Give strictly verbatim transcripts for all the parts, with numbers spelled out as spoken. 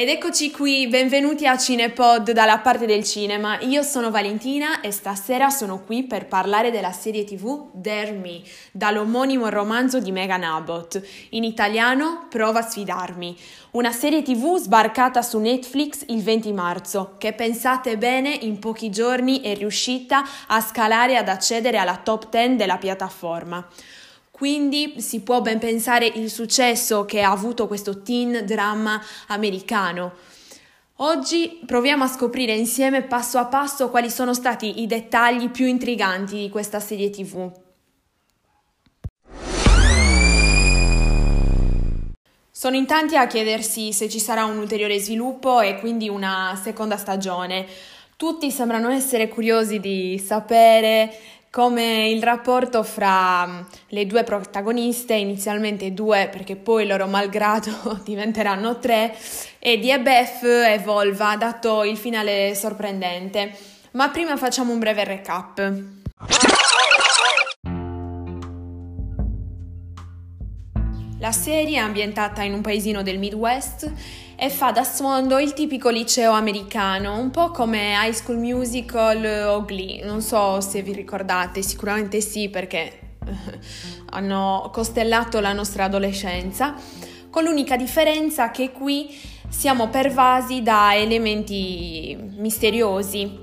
Ed eccoci qui, benvenuti a Cinepod dalla parte del cinema. Io sono Valentina e stasera sono qui per parlare della serie tivù Dare Me, dall'omonimo romanzo di Megan Abbott. In italiano, Prova a sfidarmi. Una serie tivù sbarcata su Netflix il venti marzo, che pensate bene in pochi giorni è riuscita a scalare e ad accedere alla top dieci della piattaforma. Quindi si può ben pensare il successo che ha avuto questo teen drama americano. Oggi proviamo a scoprire insieme passo a passo quali sono stati i dettagli più intriganti di questa serie tivù. Sono in tanti a chiedersi se ci sarà un ulteriore sviluppo e quindi una seconda stagione. Tutti sembrano essere curiosi di sapere come il rapporto fra le due protagoniste, inizialmente due perché poi loro malgrado diventeranno tre, Eddie e Beth evolva dato il finale sorprendente. Ma prima facciamo un breve recap. La serie è ambientata in un paesino del Midwest e fa da sfondo il tipico liceo americano, un po' come High School Musical o Glee. Non so se vi ricordate, sicuramente sì, perché hanno costellato la nostra adolescenza, con l'unica differenza che qui siamo pervasi da elementi misteriosi,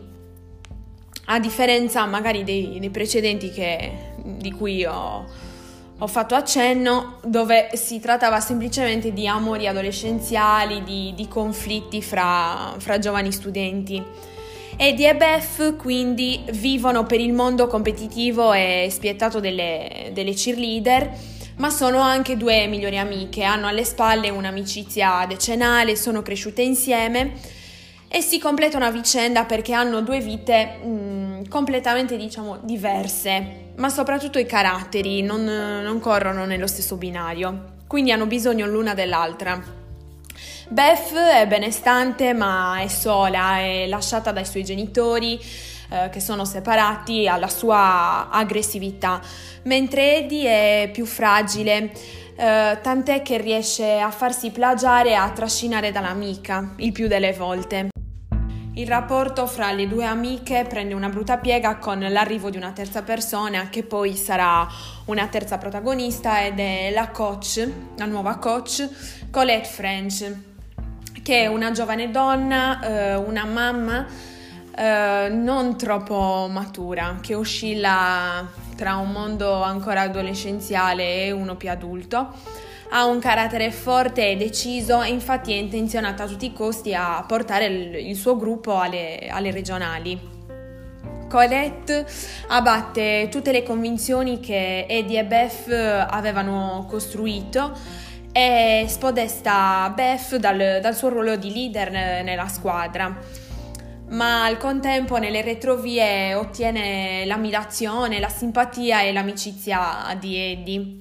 a differenza magari dei, dei precedenti che, di cui ho... Ho fatto accenno, dove si trattava semplicemente di amori adolescenziali, di, di conflitti fra, fra giovani studenti. Eddie e Beth quindi vivono per il mondo competitivo e spietato delle, delle cheerleader, ma sono anche due migliori amiche, hanno alle spalle un'amicizia decennale, sono cresciute insieme e si completano a vicenda perché hanno due vite mh, completamente, diciamo, diverse, ma soprattutto i caratteri non, non corrono nello stesso binario, quindi hanno bisogno l'una dell'altra. Beth è benestante ma è sola, è lasciata dai suoi genitori eh, che sono separati, alla sua aggressività, mentre Eddie è più fragile, eh, tant'è che riesce a farsi plagiare e a trascinare dall'amica il più delle volte. Il rapporto fra le due amiche prende una brutta piega con l'arrivo di una terza persona che poi sarà una terza protagonista ed è la coach, la nuova coach, Colette French, che è una giovane donna, eh, una mamma eh, non troppo matura, che oscilla tra un mondo ancora adolescenziale e uno più adulto. Ha un carattere forte e deciso e infatti è intenzionata a tutti i costi a portare il, il suo gruppo alle, alle regionali. Colette abbatte tutte le convinzioni che Eddie e Beth avevano costruito e spodesta Beth dal, dal suo ruolo di leader nella squadra, ma al contempo nelle retrovie ottiene l'ammirazione, la simpatia e l'amicizia di Eddie.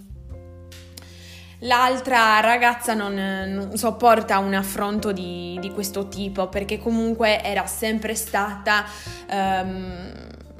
L'altra ragazza non, non sopporta un affronto di, di questo tipo perché comunque era sempre stata um,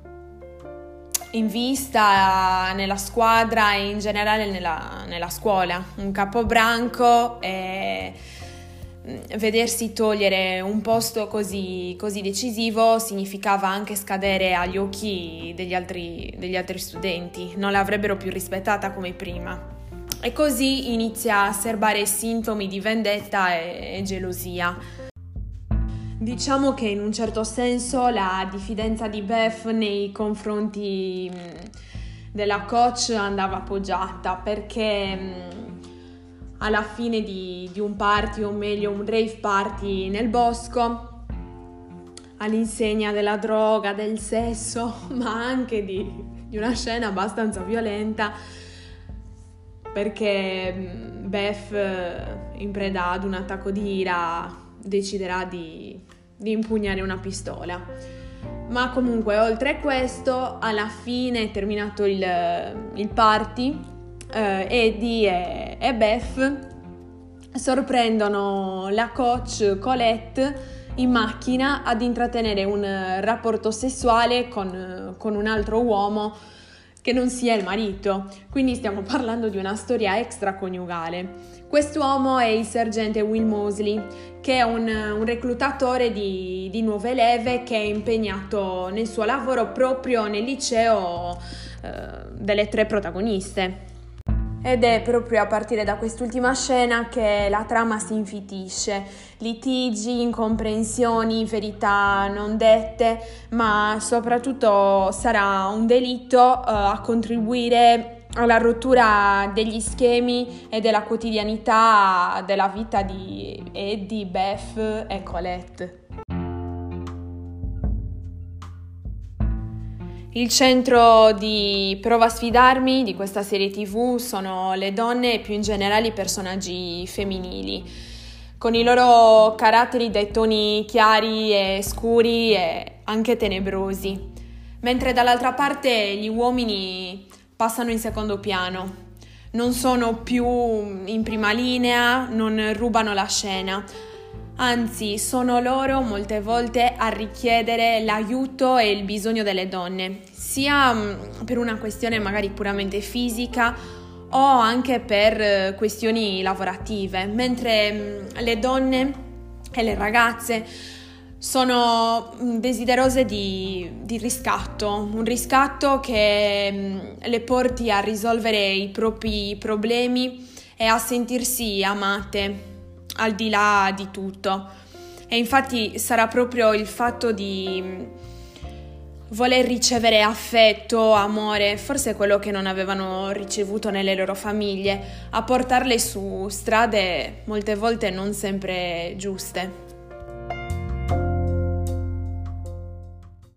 in vista nella squadra e in generale nella, nella scuola, un capobranco, e vedersi togliere un posto così, così decisivo significava anche scadere agli occhi degli altri, degli altri studenti, non l'avrebbero più rispettata come prima. E così inizia a serbare sintomi di vendetta e, e gelosia. Diciamo che in un certo senso la diffidenza di Beth nei confronti della coach andava appoggiata perché alla fine di, di un party, o meglio un rave party nel bosco, all'insegna della droga, del sesso, ma anche di, di una scena abbastanza violenta, perché Beth, in preda ad un attacco di ira, deciderà di, di impugnare una pistola. Ma comunque, oltre a questo, alla fine, terminato il, il party, eh, Eddie e, e Beth sorprendono la coach Colette in macchina ad intrattenere un rapporto sessuale con, con un altro uomo che non sia il marito, quindi stiamo parlando di una storia extraconiugale. Quest'uomo è il sergente Will Moseley, che è un, un reclutatore di, di nuove leve che è impegnato nel suo lavoro proprio nel liceo eh, delle tre protagoniste. Ed è proprio a partire da quest'ultima scena che la trama si infitisce. Litigi, incomprensioni, verità non dette, ma soprattutto sarà un delitto uh, a contribuire alla rottura degli schemi e della quotidianità della vita di Eddie, Beth e Colette. Il centro di Prova a sfidarmi di questa serie tivù sono le donne e più in generale i personaggi femminili, con i loro caratteri dai toni chiari e scuri e anche tenebrosi, mentre dall'altra parte gli uomini passano in secondo piano, non sono più in prima linea, non rubano la scena. Anzi, sono loro molte volte a richiedere l'aiuto e il bisogno delle donne, sia per una questione magari puramente fisica o anche per questioni lavorative, mentre le donne e le ragazze sono desiderose di, di riscatto, un riscatto che le porti a risolvere i propri problemi e a sentirsi amate al di là di tutto. E infatti sarà proprio il fatto di voler ricevere affetto, amore, forse quello che non avevano ricevuto nelle loro famiglie, a portarle su strade molte volte non sempre giuste.